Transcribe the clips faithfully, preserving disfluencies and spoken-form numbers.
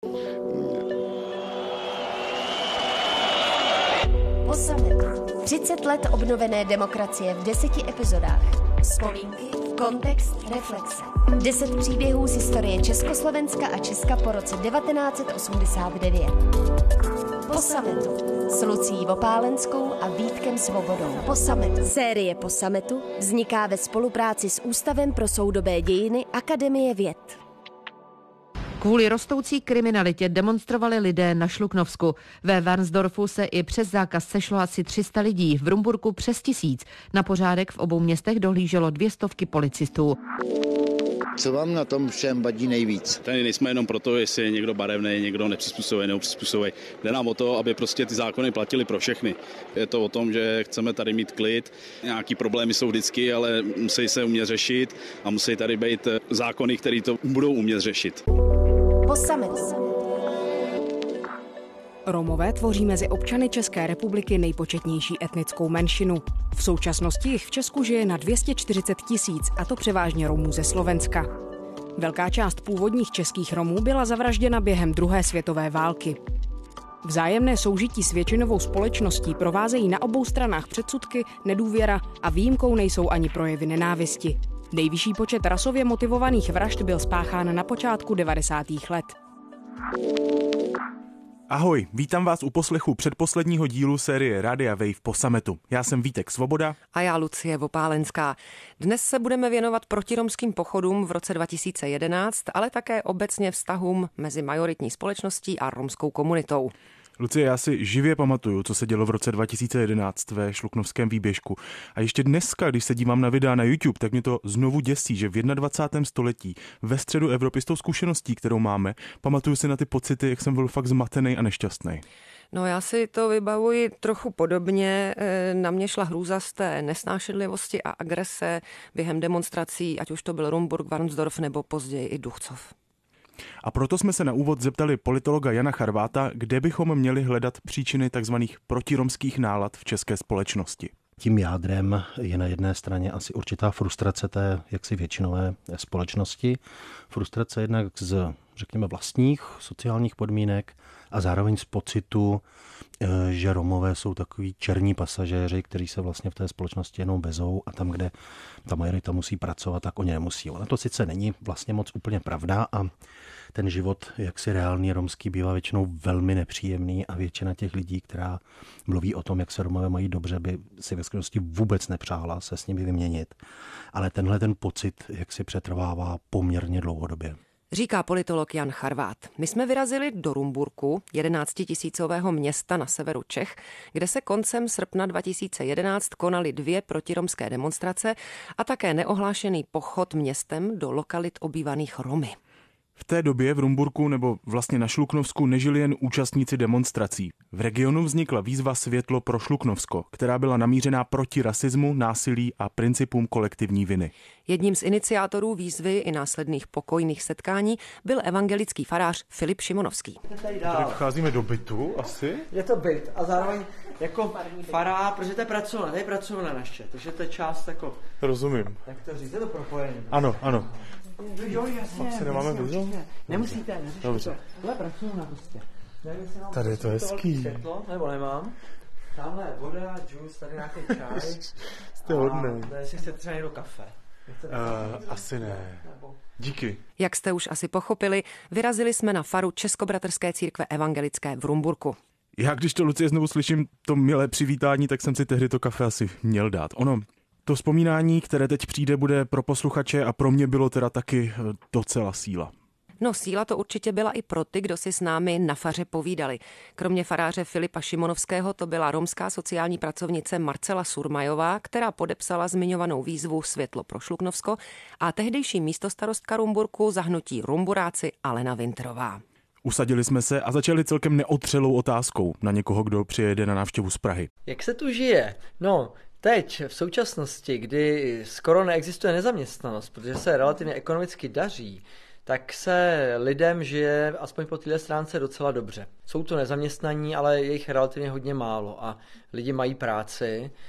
Po summitu. třicet let obnovené demokracie v deseti epizodách. Vzpomínky, kontext, reflexe. Deset příběhů z historie Československa a Česka po roce devatenáct set osmdesát devět. Po summitu. S Lucií Vopálenskou a Vítkem Svobodou. Po summitu. Série Po summitu vzniká ve spolupráci s Ústavem pro soudobé dějiny Akademie věd. Kvůli rostoucí kriminalitě demonstrovali lidé na Šluknovsku. Ve Varnsdorfu se i přes zákaz sešlo asi tři sta lidí, v Rumburku přes tisíc. Na pořádek v obou městech dohlíželo dvě stovky policistů. Co vám na tom všem vadí nejvíc? Tady nejsme jenom proto, jestli je někdo barevný, někdo nepřizpůsobuje, nepřizpůsobuje. Jde nám o to, aby prostě ty zákony platily pro všechny. Je to o tom, že chceme tady mít klid. Nějaký problémy jsou vždycky, ale musí se umět řešit a musí tady být zákony, které to budou umět řešit. Po summitu. Romové tvoří mezi občany České republiky nejpočetnější etnickou menšinu. V současnosti jich v Česku žije na dvě stě čtyřicet tisíc, a to převážně Romů ze Slovenska. Velká část původních českých Romů byla zavražděna během druhé světové války. Vzájemné soužití s většinovou společností provázejí na obou stranách předsudky, nedůvěra a výjimkou nejsou ani projevy nenávisti. Nejvyšší počet rasově motivovaných vražd byl spáchán na počátku devadesátých let. Ahoj, vítám vás u poslechu předposledního dílu série Rádia Wave Po summitu. Já jsem Vítek Svoboda. A já Lucie Vopálenská. Dnes se budeme věnovat protiromským pochodům v roce dva tisíce jedenáct, ale také obecně vztahům mezi majoritní společností a romskou komunitou. Lucie, já si živě pamatuju, co se dělo v roce dva tisíce jedenáct ve Šluknovském výběžku. A ještě dneska, když se dívám na videa na YouTube, tak mě to znovu děsí, že v dvacátém prvním století ve středu Evropy s tou zkušeností, kterou máme, pamatuju si na ty pocity, jak jsem byl fakt zmatený a nešťastný. No já si to vybavuji trochu podobně. Na mě šla hrůza z té nesnášenlivosti a agrese během demonstrací, ať už to byl Rumburk, Varnsdorf nebo později i Duchcov. A proto jsme se na úvod zeptali politologa Jana Charváta, kde bychom měli hledat příčiny tzv. Protiromských nálad v české společnosti. Tím jádrem je na jedné straně asi určitá frustrace té jaksi většinové společnosti. Frustrace jednak z, řekněme, vlastních sociálních podmínek a zároveň z pocitu, že Romové jsou takový černí pasažéři, kteří se vlastně v té společnosti jenom vezou a tam, kde ta majorita musí pracovat, tak oni nemusí. Ale to sice není vlastně moc úplně pravda a ten život jaksi reálný romský bývá většinou velmi nepříjemný a většina těch lidí, která mluví o tom, jak se Romové mají dobře, by si ve skutečnosti vůbec nepřála se s nimi vyměnit. Ale tenhle ten pocit jaksi přetrvává poměrně dlouhodobě. Říká politolog Jan Charvát. My jsme vyrazili do Rumburku, jedenáctitisícového města na severu Čech, kde se koncem srpna dva tisíce jedenáct konaly dvě protiromské demonstrace a také neohlášený pochod městem do lokalit obývaných Romy. V té době v Rumburku nebo vlastně na Šluknovsku nežili jen účastníci demonstrací. V regionu vznikla výzva Světlo pro Šluknovsko, která byla namířená proti rasismu, násilí a principům kolektivní viny. Jedním z iniciátorů výzvy i následných pokojných setkání byl evangelický farář Filip Šimonovský. Tady vcházíme do bytu asi? Je to byt a zároveň jako fará, protože to je pracovna, to je pracovna naše, takže to je část jako... Rozumím. Jak to říct, je to propojené. Ano, ano. Jo, jasně, Asi nemáme vizu? Nemusíte, neřešíte to. Tohle pracovna prostě. Tady je to hezký. Světlo, nebo nemám. Tamhle je voda, džus, tady nějaký čaj. Jste hodnej. A jestli chcete třeba někdo kafe. Uh, asi ne. Díky. Jak jste už asi pochopili, vyrazili jsme na faru Českobratrské církve evangelické v Rumburku. Já když to, Lucie, znovu slyším to milé přivítání, tak jsem si tehdy to kafe asi měl dát. Ono, to vzpomínání, které teď přijde, bude pro posluchače a pro mě bylo teda taky docela síla. No síla to určitě byla i pro ty, kdo si s námi na faře povídali. Kromě faráře Filipa Šimonovského to byla romská sociální pracovnice Marcela Surmajová, která podepsala zmiňovanou výzvu Světlo pro Šluknovsko a tehdejší místostarostka Rumburku za hnutí Rumburáci Alena Winterová. Usadili jsme se a začali celkem neotřelou otázkou na někoho, kdo přijede na návštěvu z Prahy. Jak se tu žije? No, teď, v současnosti, kdy skoro neexistuje nezaměstnanost, protože se relativně ekonomicky daří, tak se lidem žije aspoň po této stránce docela dobře. Jsou to nezaměstnaní, ale je jich relativně hodně málo a lidi mají práci.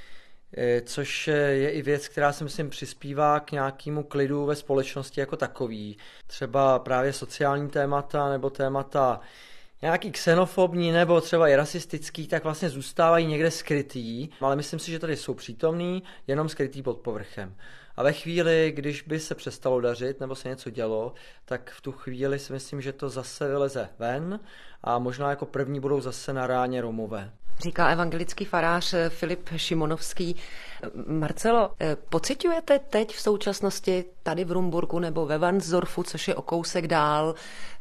což je i věc, která si myslím přispívá k nějakému klidu ve společnosti jako takový. Třeba právě sociální témata nebo témata nějaký xenofobní nebo třeba i rasistický, tak vlastně zůstávají někde skrytý, ale myslím si, že tady jsou přítomný, jenom skrytý pod povrchem. A ve chvíli, když by se přestalo dařit nebo se něco dělo, tak v tu chvíli si myslím, že to zase vyleze ven a možná jako první budou zase na ráně Romové. Říká evangelický farář Filip Šimonovský. Marcelo, pociťujete teď v současnosti tady v Rumburku nebo ve Varnsdorfu, což je o kousek dál,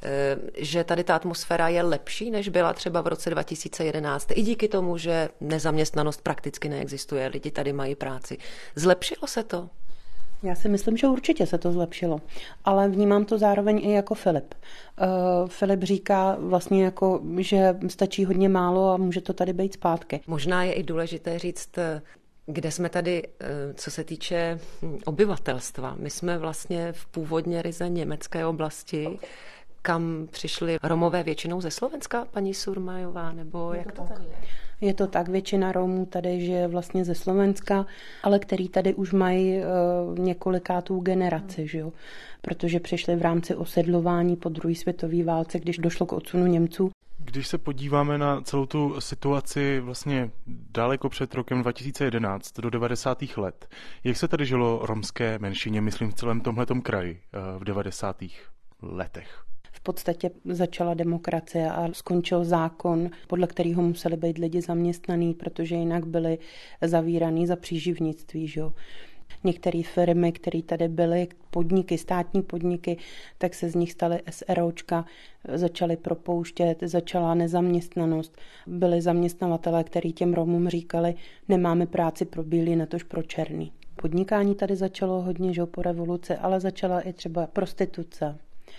že tady ta atmosféra je lepší, než byla třeba v roce dva tisíce jedenáct? I díky tomu, že nezaměstnanost prakticky neexistuje, lidi tady mají práci. Zlepšilo se to? Já si myslím, že určitě se to zlepšilo, ale vnímám to zároveň i jako Filip. Uh, Filip říká vlastně jako, že stačí hodně málo a může to tady být zpátky. Možná je i důležité říct, kde jsme tady, co se týče obyvatelstva. My jsme vlastně v původně ryze německé oblasti, kam přišli Romové většinou ze Slovenska, paní Surmajová, nebo jak to tady je? Je to tak, většina Romů tady žije vlastně ze Slovenska, ale který tady už mají uh, několikátou generaci, že jo? Protože přišli v rámci osedlování po druhé světové válce, když došlo k odsunu Němců. Když se podíváme na celou tu situaci vlastně daleko před rokem dva tisíce jedenáct do devadesátých let, jak se tady žilo romské menšině, myslím v celém tomhletom kraji v devadesátých letech? V podstatě začala demokracie a skončil zákon, podle kterého museli být lidi zaměstnaný, protože jinak byli zavíraný za příživnictví. Že? Některé firmy, které tady byly, podniky, státní podniky, tak se z nich staly SROčka, začaly propouštět, začala nezaměstnanost. Byli zaměstnavatelé, kteří těm Romům říkali, nemáme práci pro bílý, natož pro černý. Podnikání tady začalo hodně, že po revoluci, ale začala i třeba prostituce.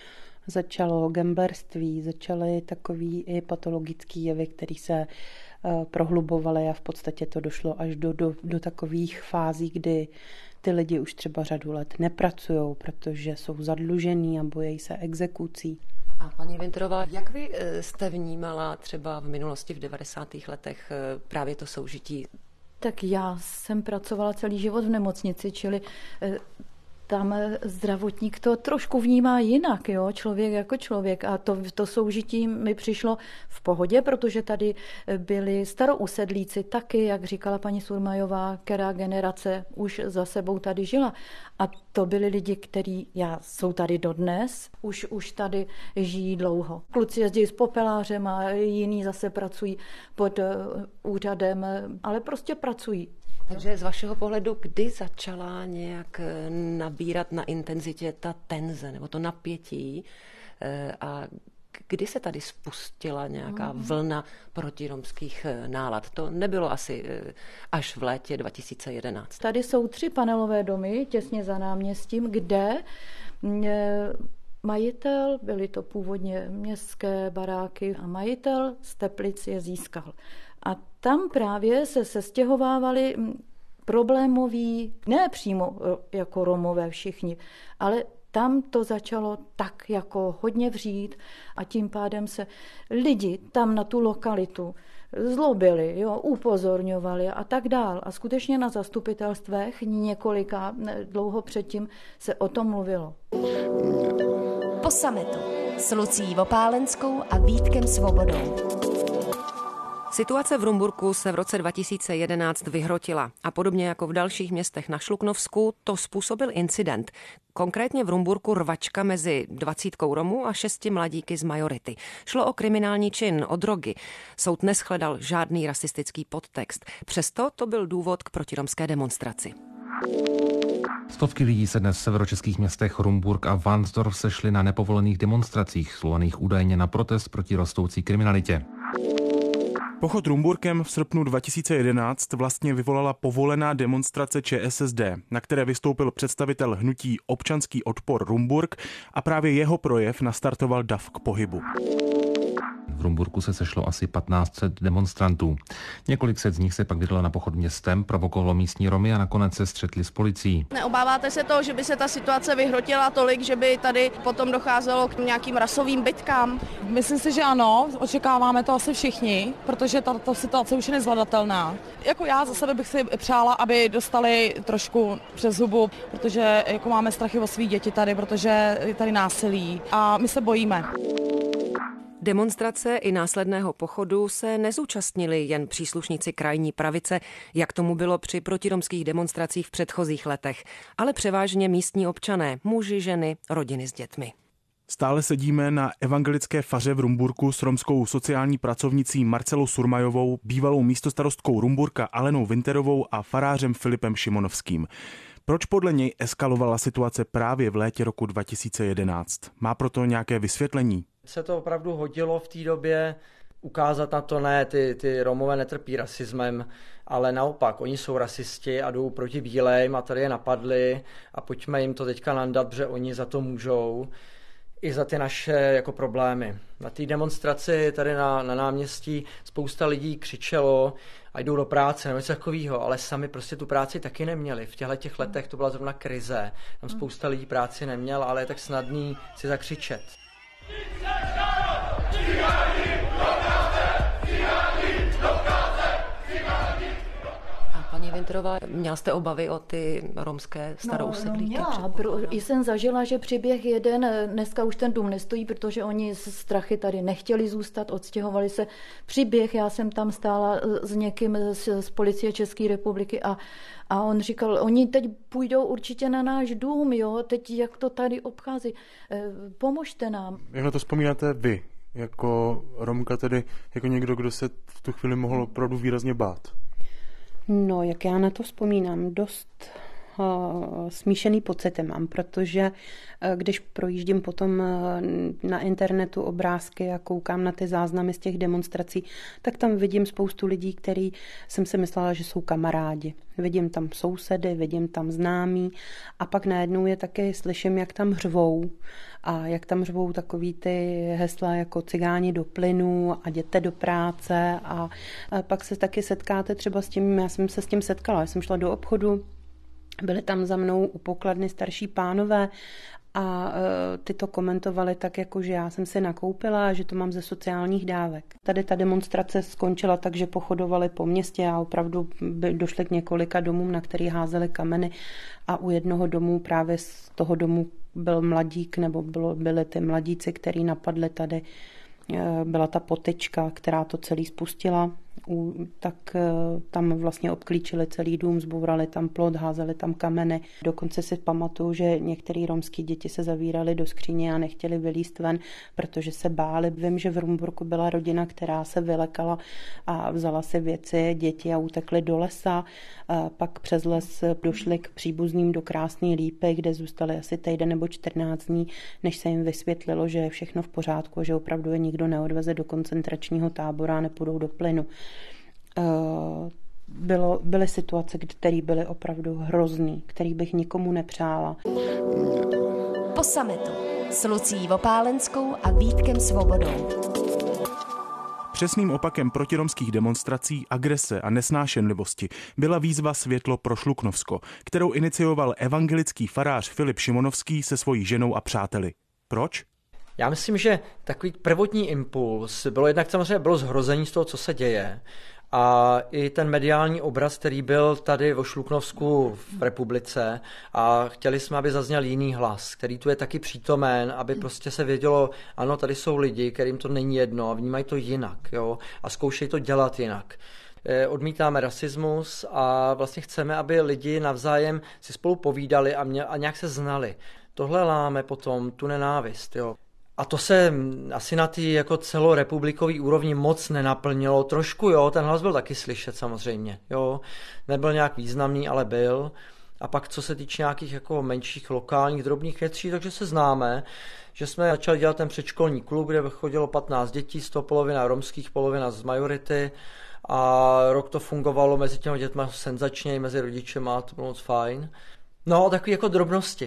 Začalo gamblerství, začaly takový i patologický jevy, které se uh, prohlubovaly a v podstatě to došlo až do, do, do takových fází, kdy ty lidi už třeba řadu let nepracují, protože jsou zadlužení a bojí se exekucí. A paní Winterová, jak vy jste vnímala třeba v minulosti v devadesátých letech právě to soužití? Tak já jsem pracovala celý život v nemocnici, čili tam zdravotník to trošku vnímá jinak, jo? Člověk jako člověk. A to, to soužití mi přišlo v pohodě, protože tady byli starousedlíci taky, jak říkala paní Surmajová, která generace už za sebou tady žila. A to byli lidi, kteří já, jsou tady dodnes, už, už tady žijí dlouho. Kluci jezdí s popelářem a jiní zase pracují pod úřadem, ale prostě pracují. Takže z vašeho pohledu, kdy začala nějak nabírat na intenzitě ta tenze nebo to napětí a kdy se tady spustila nějaká vlna protiromských nálad? To nebylo asi až v létě dva tisíce jedenáct. Tady jsou tři panelové domy těsně za náměstím, kde majitel, byly to původně městské baráky a majitel z Teplic je získal. A tam právě se sestěhovávali problémoví, ne přímo jako Romové všichni, ale tam to začalo tak jako hodně vřít a tím pádem se lidi tam na tu lokalitu zlobili, jo, upozorňovali a tak dál. A skutečně na zastupitelstvech několika dlouho předtím se o tom mluvilo. Po sametu s Lucí Vopálenskou a Vítkem Svobodou. Situace v Rumburku se v roce dva tisíce jedenáct vyhrotila a podobně jako v dalších městech na Šluknovsku to způsobil incident. Konkrétně v Rumburku rvačka mezi dvacítkou Romů a šesti mladíky z majority. Šlo o kriminální čin, o drogy. Soud neshledal žádný rasistický podtext. Přesto to byl důvod k protiromské demonstraci. Stovky lidí se dnes v severočeských městech Rumburk a Varnsdorf sešli na nepovolených demonstracích, svolaných údajně na protest proti rostoucí kriminalitě. Pochod Rumburkem v srpnu dva tisíce jedenáct vlastně vyvolala povolená demonstrace ČSSD, na které vystoupil představitel hnutí Občanský odpor Rumburk a právě jeho projev nastartoval dav k pohybu. V Rumburku se sešlo asi patnáct set demonstrantů. Několik set z nich se pak vydalo na pochod městem, provokovalo místní Romy a nakonec se střetli s policií. Neobáváte se toho, že by se ta situace vyhrotila tolik, že by tady potom docházelo k nějakým rasovým bitkám? Myslím si, že ano, očekáváme to asi všichni, protože tato situace už je nezvladatelná. Jako já za sebe bych si přála, aby dostali trošku přes hubu, protože jako máme strachy o svý děti tady, protože je tady násilí a my se bojíme. Demonstrace i následného pochodu se nezúčastnili jen příslušníci krajní pravice, jak tomu bylo při protiromských demonstracích v předchozích letech, ale převážně místní občané, muži, ženy, rodiny s dětmi. Stále sedíme na evangelické faře v Rumburku s romskou sociální pracovnicí Marcelou Surmajovou, bývalou místostarostkou Rumburka Alenou Winterovou a farářem Filipem Šimonovským. Proč podle něj eskalovala situace právě v létě roku dva tisíce jedenáct? Má proto nějaké vysvětlení? Se to opravdu hodilo v té době ukázat na to, ne, ty, ty Romové netrpí rasismem, ale naopak, oni jsou rasisti a jdou proti bílým a tady je napadli a pojďme jim to teďka nandat, protože oni za to můžou i za ty naše jako problémy. Na té demonstraci tady na, na náměstí spousta lidí křičelo a jdou do práce nebo něco takového, ale sami prostě tu práci taky neměli. V těchto těch letech to byla zrovna krize. Tam spousta lidí práci neměla, ale je tak snadný si zakřičet. Paní Winterová, měla jste obavy o ty romské starousedlíky? No, no měla. Jsem zažila, že přiběh jeden, dneska už ten dům nestojí, protože oni z strachy tady nechtěli zůstat, odstěhovali se. Přiběh, já jsem tam stála s někým z, z policie České republiky a, a on říkal, oni teď půjdou určitě na náš dům, jo, teď jak to tady obchází, pomožte nám. Jak na to vzpomínáte vy, jako Romka, tedy jako někdo, kdo se v tu chvíli mohl opravdu výrazně bát? No, jak já na to vzpomínám, dost uh, smíšený pocity mám, protože uh, když projíždím potom uh, na internetu obrázky a koukám na ty záznamy z těch demonstrací, tak tam vidím spoustu lidí, který jsem si myslela, že jsou kamarádi. Vidím tam sousedy, vidím tam známí a pak najednou je taky slyším, jak tam řvou a jak tam řvou takový ty hesla jako cigáni do plynu a jděte do práce a, a pak se taky setkáte třeba s tím, já jsem se s tím setkala, já jsem šla do obchodu, byli tam za mnou u pokladny starší pánové a uh, ty to komentovali tak, jako že já jsem si nakoupila a že to mám ze sociálních dávek. Tady ta demonstrace skončila tak, že pochodovali po městě a opravdu by došli k několika domům, na který házeli kameny a u jednoho domu, právě z toho domu byl mladík, nebo bylo, byli ty mladíci, který napadli tady, byla ta potyčka, která to celý spustila, tak tam vlastně obklíčili celý dům, zbourali tam plot, házeli tam kameny. Dokonce si pamatuju, že některé romské děti se zavíraly do skříně a nechtěli vylízt ven, protože se báli. Vím, že v Rumburku byla rodina, která se vylekala a vzala si věci, děti a utekli do lesa. A pak přes les došli k příbuzným do Krásné Lípy, kde zůstali asi týden nebo čtrnáct dní, než se jim vysvětlilo, že je všechno v pořádku, že opravdu je nikdo neodveze do koncentračního tábora a nepůjdou do plynu. Bylo, byly situace, které byly opravdu hrozný, který bych nikomu nepřála. Po sametu s Lucí Vopálenskou a Vítkem Svobodou. Přesným opakem protiromských demonstrací, agrese a nesnášenlivosti byla výzva Světlo pro Šluknovsko, kterou inicioval evangelický farář Filip Šimonovský se svojí ženou a přáteli. Proč? Já myslím, že takový prvotní impuls bylo jednak samozřejmě bylo zhrození z toho, co se děje. A i ten mediální obraz, který byl tady o Šluknovsku v republice a chtěli jsme, aby zazněl jiný hlas, který tu je taky přítomen, aby prostě se vědělo, ano, tady jsou lidi, kterým to není jedno a vnímají to jinak, jo, a zkoušejí to dělat jinak. Odmítáme rasismus a vlastně chceme, aby lidi navzájem si spolu povídali a, mě, a nějak se znali. Tohle láme potom tu nenávist, jo. A to se asi na té jako celorepublikový úrovni moc nenaplnilo. Trošku jo, ten hlas byl taky slyšet samozřejmě. Jo. Nebyl nějak významný, ale byl. A pak co se týče nějakých jako menších lokálních drobných věcí, takže se známe, že jsme začali dělat ten předškolní klub, kde chodilo patnáct dětí, z toho polovina romských, polovina z majority. A rok to fungovalo mezi těmi dětmi senzačně, mezi rodičema, to bylo moc fajn. No, takový jako drobnosti.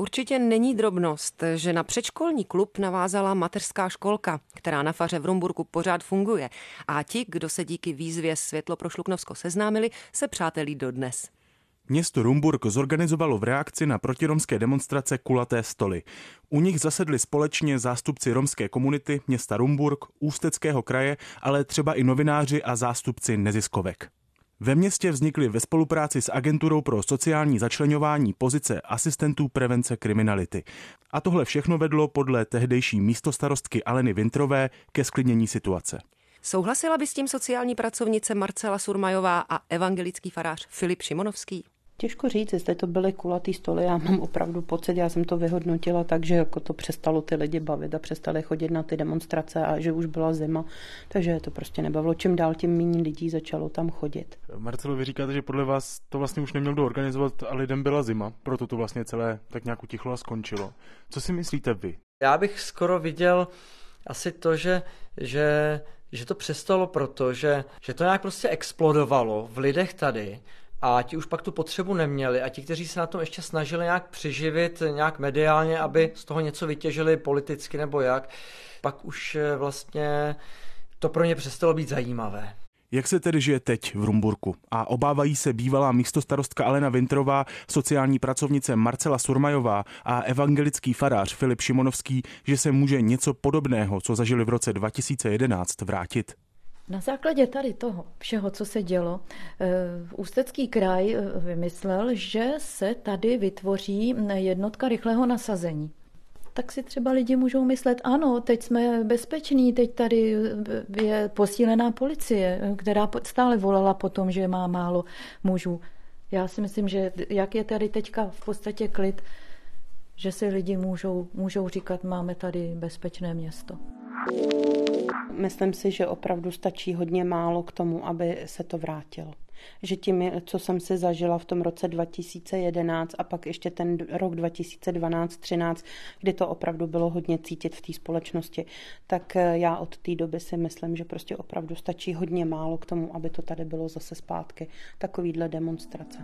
Určitě není drobnost, že na předškolní klub navázala mateřská školka, která na faře v Rumburku pořád funguje. A ti, kdo se díky výzvě Světlo pro Šluknovsko seznámili, se přátelí dodnes. Město Rumburk zorganizovalo v reakci na protiromské demonstrace kulaté stoly. U nich zasedli společně zástupci romské komunity města Rumburk, Ústeckého kraje, ale třeba i novináři a zástupci neziskovek. Ve městě vznikly ve spolupráci s Agenturou pro sociální začleňování pozice asistentů prevence kriminality. A tohle všechno vedlo podle tehdejší místostarostky Aleny Vintrové ke zklidnění situace. Souhlasila by s tím sociální pracovnice Marcela Surmajová a evangelický farář Filip Šimonovský? Těžko říct, jestli to byly kulatý stoly, já mám opravdu pocit, já jsem to vyhodnotila tak, že jako to přestalo ty lidi bavit a přestali chodit na ty demonstrace a že už byla zima, takže to prostě nebavilo. Čím dál, tím méně lidí začalo tam chodit. Marcelo, vy říkáte, že podle vás to vlastně už neměl kdo organizovat a lidem byla zima, proto to vlastně celé tak nějak utichlo a skončilo. Co si myslíte vy? Já bych skoro viděl asi to, že, že, že to přestalo proto, že, že to nějak prostě explodovalo v lidech tady, a ti už pak tu potřebu neměli a ti, kteří se na tom ještě snažili nějak přiživit, nějak mediálně, aby z toho něco vytěžili politicky nebo jak, pak už vlastně to pro ně přestalo být zajímavé. Jak se tedy žije teď v Rumburku? A obávají se bývalá místostarostka Alena Vintrová, sociální pracovnice Marcela Surmajová a evangelický farář Filip Šimonovský, že se může něco podobného, co zažili v roce dva tisíce jedenáct, vrátit? Na základě tady toho všeho, co se dělo, Ústecký kraj vymyslel, že se tady vytvoří jednotka rychlého nasazení. Tak si třeba lidi můžou myslet, ano, teď jsme bezpeční, teď tady je posílená policie, která stále volala po tom, že má málo mužů. Já si myslím, že jak je tady teďka v podstatě klid, že si lidi můžou, můžou říkat, máme tady bezpečné město. Myslím si, že opravdu stačí hodně málo k tomu, aby se to vrátilo. Že tím, co jsem si zažila v tom roce dva tisíce jedenáct a pak ještě ten rok dva tisíce dvanáct třináct, kdy to opravdu bylo hodně cítit v té společnosti, tak já od té doby si myslím, že prostě opravdu stačí hodně málo k tomu, aby to tady bylo zase zpátky. Takovýhle demonstrace.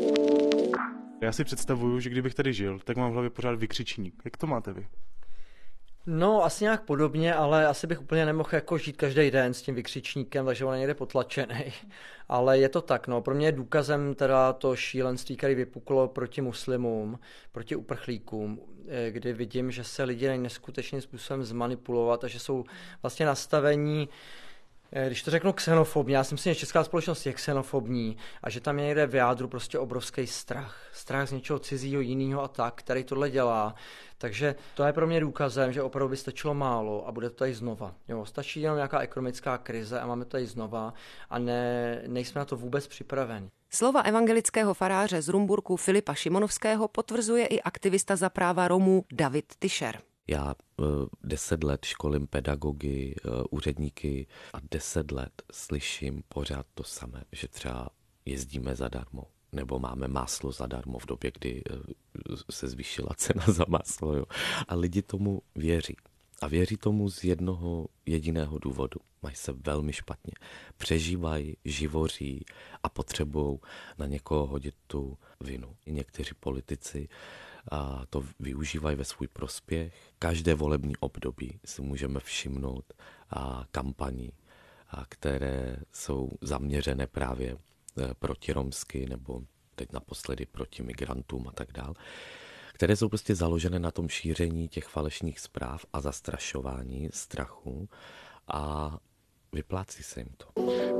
Já si představuju, že kdybych tady žil, tak mám v hlavě pořád vykřičník. Jak to máte vy? No, asi nějak podobně, ale asi bych úplně nemohl jako žít každý den s tím vykřičníkem, takže on je někde potlačený. Ale je to tak, no. Pro mě je důkazem teda to šílenství, které vypuklo proti muslimům, proti uprchlíkům, kdy vidím, že se lidi dají neskutečným způsobem zmanipulovat a že jsou vlastně nastavení, když to řeknu xenofobní, já si myslím, že česká společnost je xenofobní a že tam je někde v jádru prostě obrovský strach. Strach z něčeho cizího, jiného a tak, který tohle dělá. Takže to je pro mě důkazem, že opravdu by stačilo málo a bude to tady znova. Jo, stačí jenom nějaká ekonomická krize a máme to tady znova a ne, nejsme na to vůbec připraveni. Slova evangelického faráře z Rumburku Filipa Šimonovského potvrzuje i aktivista za práva Romů David Tischer. Já deset let školím pedagogy, úředníky a deset let slyším pořád to samé, že třeba jezdíme zadarmo, nebo máme máslo zadarmo v době, kdy se zvýšila cena za máslo. Jo. A lidi tomu věří. A věří tomu z jednoho jediného důvodu. Mají se velmi špatně. Přežívají, živoří a potřebují na někoho hodit tu vinu. I někteří politici a to využívají ve svůj prospěch. Každé volební období si můžeme všimnout a kampaní, a které jsou zaměřené právě proti romsky nebo teď naposledy proti migrantům a tak dál, které jsou prostě založené na tom šíření těch falešných zpráv a zastrašování strachu a vyplácí se jim to.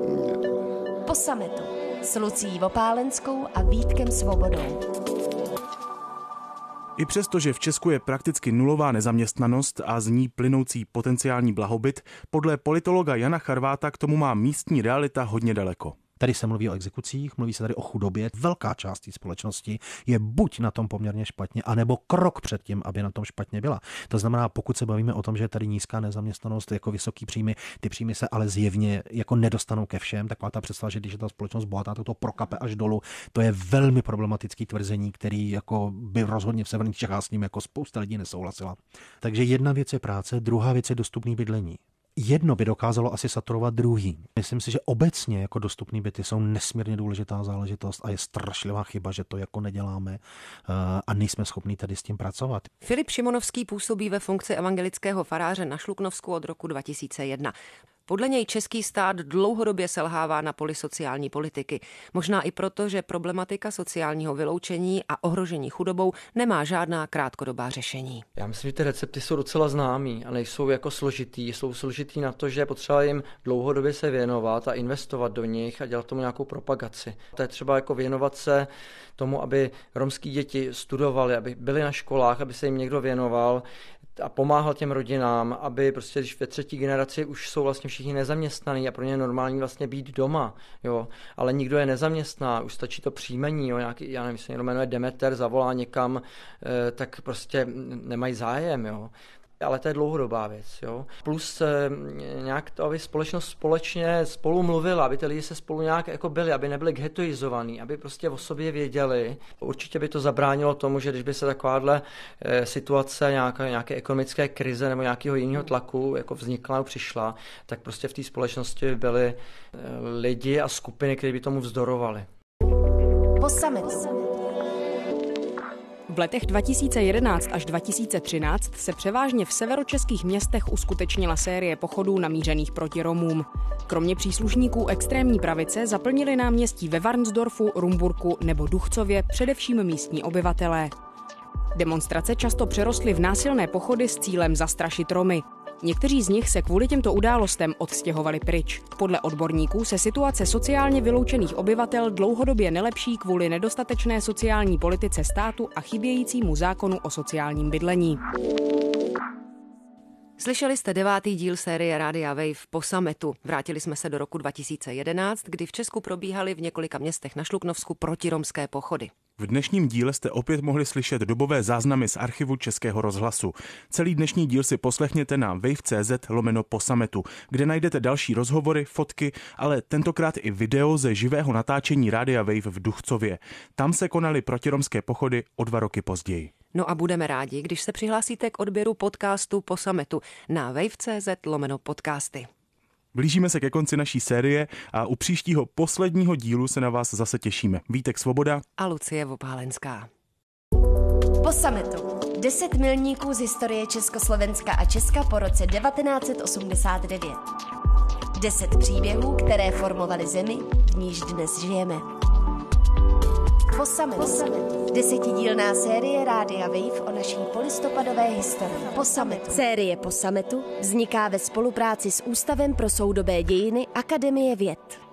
Po sametu s Lucí Vopálenskou a Vítkem Svobodou. I přesto, že v Česku je prakticky nulová nezaměstnanost a z ní plynoucí potenciální blahobyt, podle politologa Jana Charváta k tomu má místní realita hodně daleko. Tady se mluví o exekucích, mluví se tady o chudobě. Velká část té společnosti je buď na tom poměrně špatně, anebo krok před tím, aby na tom špatně byla. To znamená, pokud se bavíme o tom, že je tady nízká nezaměstnanost, jako vysoký příjmy, ty příjmy se ale zjevně jako nedostanou ke všem, taková ta představa, že když je ta společnost bohatá, to to prokape až dolů, to je velmi problematický tvrzení, který jako by rozhodně v severních Čechách s ním jako spousta lidí nesouhlasila. Takže jedna věc je práce, druhá věc je dostupný bydlení. jedno by dokázalo asi saturovat druhý. Myslím si, že obecně jako dostupný byty jsou nesmírně důležitá záležitost a je strašlivá chyba, že to jako neděláme a nejsme schopní tady s tím pracovat. Filip Šimonovský působí ve funkci evangelického faráře na Šluknovsku od roku dva tisíce jedna. Podle něj český stát dlouhodobě selhává na poli sociální politiky. Možná i proto, že problematika sociálního vyloučení a ohrožení chudobou nemá žádná krátkodobá řešení. Já myslím, že ty recepty jsou docela známý a nejsou jako složitý. Jsou složitý na to, že je potřeba jim dlouhodobě se věnovat a investovat do nich a dělat tomu nějakou propagaci. To je třeba jako věnovat se tomu, aby romský děti studovali, aby byli na školách, aby se jim někdo věnoval a pomáhal těm rodinám, aby prostě, když ve třetí generaci už jsou vlastně všichni nezaměstnaní a pro ně je normální vlastně být doma, jo, ale nikdo je nezaměstná, už stačí to příjmení, jo, nějaký, já nevím, se někdo jmenuje Demeter, zavolá někam, eh, tak prostě nemají zájem, jo. Ale to je dlouhodobá věc. Jo? Plus eh, nějak to, aby společnost společně spolu mluvila, aby ty lidi se spolu nějak jako byli, aby nebyli ghettoizovaní, aby prostě o sobě věděli. Určitě by to zabránilo tomu, že když by se takováhle eh, situace, nějaké, nějaké ekonomické krize nebo nějakého jiného tlaku jako vznikla nebo přišla, tak prostě v té společnosti by byli eh, lidi a skupiny, kteří by tomu vzdorovali. Po summitu. V letech dva tisíce jedenáct až dva tisíce třináct se převážně v severočeských městech uskutečnila série pochodů namířených proti Romům. Kromě příslušníků extrémní pravice zaplnili náměstí ve Varnsdorfu, Rumburku nebo Duchcově především místní obyvatelé. Demonstrace často přerostly v násilné pochody s cílem zastrašit Romy. Někteří z nich se kvůli těmto událostem odstěhovali pryč. Podle odborníků se situace sociálně vyloučených obyvatel dlouhodobě nelepší kvůli nedostatečné sociální politice státu a chybějícímu zákonu o sociálním bydlení. Slyšeli jste devátý díl série Rádia Wave Po summitu. Vrátili jsme se do roku dva tisíce jedenáct, kdy v Česku probíhaly v několika městech na Šluknovsku protiromské pochody. V dnešním díle jste opět mohli slyšet dobové záznamy z archivu Českého rozhlasu. Celý dnešní díl si poslechněte na wave tečka cz lomeno po summitu, kde najdete další rozhovory, fotky, ale tentokrát i video ze živého natáčení Rádia Wave v Duchcově. Tam se konaly protiromské pochody o dva roky později. No a budeme rádi, když se přihlásíte k odběru podcastu Po summitu na wave tečka cz lomeno podcasty. Blížíme se ke konci naší série a u příštího posledního dílu se na vás zase těšíme. Vítek Svoboda a Lucie Vopálenská. Po summitu. Deset milníků z historie Československa a Česka po roce devatenáct set osmdesát devět. Deset příběhů, které formovaly zemi, v níž dnes žijeme. Po summitu. Desetidílná série Rádia Wave o naší polistopadové historii. Po summitu. Série Po summitu vzniká ve spolupráci s Ústavem pro soudobé dějiny Akademie věd.